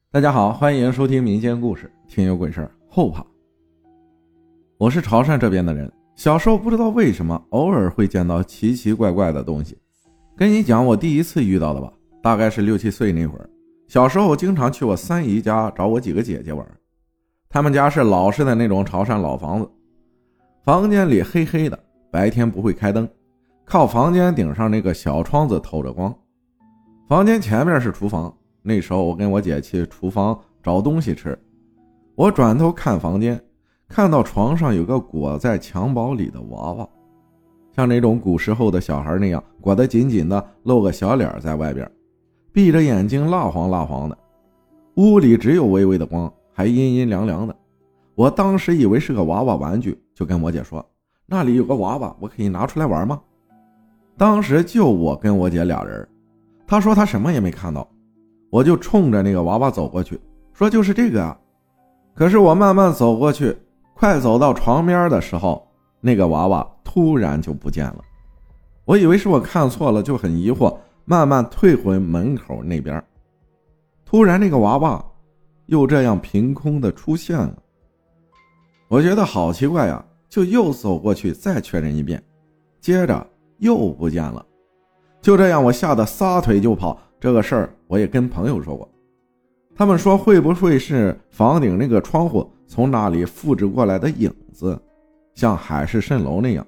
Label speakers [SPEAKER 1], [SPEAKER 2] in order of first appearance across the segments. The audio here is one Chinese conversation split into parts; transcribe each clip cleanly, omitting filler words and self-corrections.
[SPEAKER 1] 大家好，欢迎收听民间故事，听有鬼事后怕。我是潮汕这边的人，小时候不知道为什么偶尔会见到奇奇怪怪的东西。跟你讲我第一次遇到的吧，大概是6、7岁那会儿。小时候我经常去我三姨家找我几个姐姐玩，他们家是老式的那种潮汕老房子，房间里黑黑的，白天不会开灯，靠房间顶上那个小窗子透着光。房间前面是厨房，那时候我跟我姐去厨房找东西吃，我转头看房间，看到床上有个裹在襁褓里的娃娃，像那种古时候的小孩那样裹得紧紧的，露个小脸在外边，闭着眼睛蜡黄蜡黄的，屋里只有微微的光，还阴阴凉凉的。我当时以为是个娃娃玩具，就跟我姐说，那里有个娃娃，我可以拿出来玩吗？当时就我跟我姐俩人，她说她什么也没看到，我就冲着那个娃娃走过去，说就是这个啊。可是我慢慢走过去，快走到床边的时候，那个娃娃突然就不见了。我以为是我看错了，就很疑惑，慢慢退回门口那边。突然那个娃娃又这样凭空的出现了，我觉得好奇怪呀，就又走过去再确认一遍，接着又不见了。就这样我吓得撒腿就跑。这个事儿我也跟朋友说过，他们说会不会是房顶那个窗户从那里复制过来的影子，像海市蜃楼那样。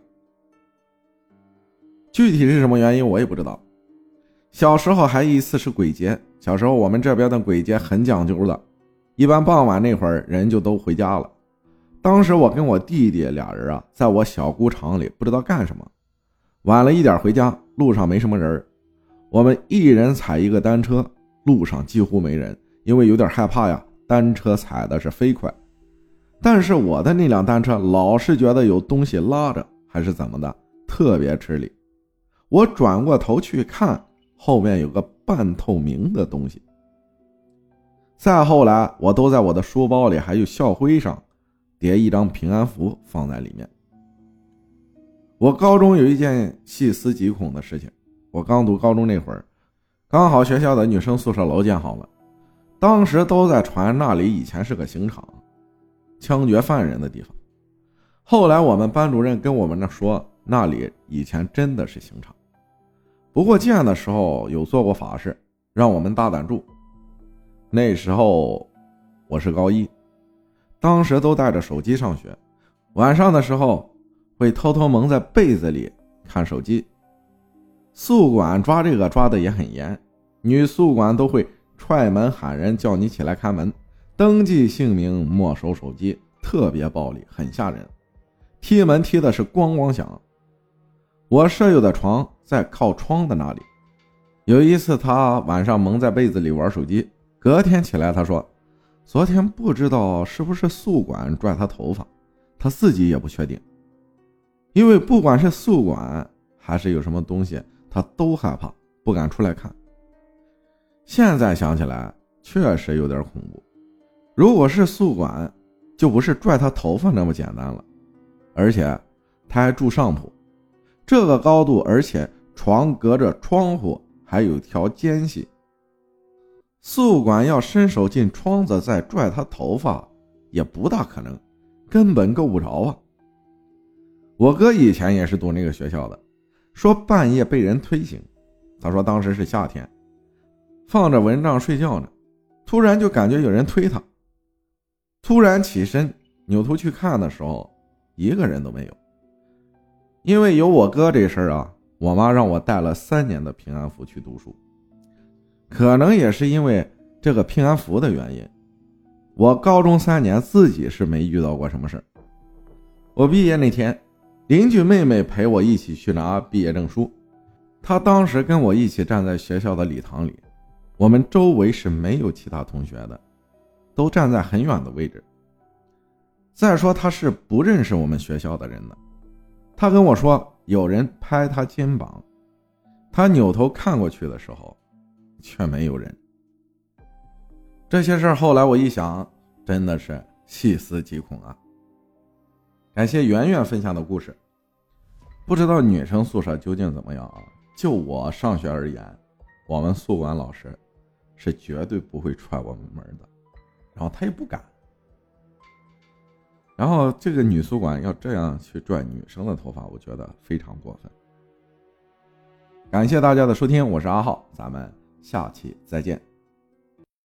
[SPEAKER 1] 具体是什么原因我也不知道。小时候还一次是鬼节，小时候我们这边的鬼节很讲究的，一般傍晚那会儿人就都回家了。当时我跟我弟弟俩人啊，在我小姑场里不知道干什么，晚了一点回家，路上没什么人，我们一人踩一个单车，路上几乎没人，因为有点害怕呀，单车踩的是飞快。但是我的那辆单车老是觉得有东西拉着，还是怎么的，特别吃力。我转过头去看，后面有个半透明的东西。再后来我都在我的书包里还有校徽上叠一张平安符放在里面。我高中有一件细思极恐的事情，我刚读高中那会儿，刚好学校的女生宿舍楼建好了，当时都在传那里以前是个刑场，枪决犯人的地方。后来我们班主任跟我们说，那里以前真的是刑场，不过建的时候有做过法事，让我们大胆住。那时候我是高一，当时都带着手机上学，晚上的时候会偷偷蒙在被子里看手机。宿管抓这个抓的也很严，女宿管都会踹门喊人，叫你起来开门，登记姓名，没收手机，特别暴力，很吓人。踢门踢的是咣咣响。我舍友的床在靠窗的那里，有一次他晚上蒙在被子里玩手机，隔天起来他说，昨天不知道是不是宿管拽他头发，他自己也不确定，因为不管是宿管还是有什么东西，他都害怕，不敢出来看。现在想起来确实有点恐怖，如果是宿管就不是拽他头发那么简单了，而且他还住上铺，这个高度，而且床隔着窗户还有条间隙，宿管要伸手进窗子再拽他头发也不大可能，根本够不着啊。我哥以前也是读那个学校的，说半夜被人推醒，他说当时是夏天，放着蚊帐睡觉呢，突然就感觉有人推他，突然起身扭头去看的时候，一个人都没有。因为有我哥这事儿啊，我妈让我带了3年的平安符去读书，可能也是因为这个平安符的原因，我高中3年自己是没遇到过什么事儿。我毕业那天，邻居妹妹陪我一起去拿毕业证书，她当时跟我一起站在学校的礼堂里，我们周围是没有其他同学的，都站在很远的位置。再说她是不认识我们学校的人的，她跟我说有人拍她肩膀，她扭头看过去的时候却没有人。这些事儿后来我一想，真的是细思极恐啊。感谢圆圆分享的故事。不知道女生宿舍究竟怎么样啊？就我上学而言，我们宿管老师是绝对不会踹我们门的，然后他也不敢。然后这个女宿管要这样去拽女生的头发，我觉得非常过分。感谢大家的收听，我是阿浩，咱们下期再见。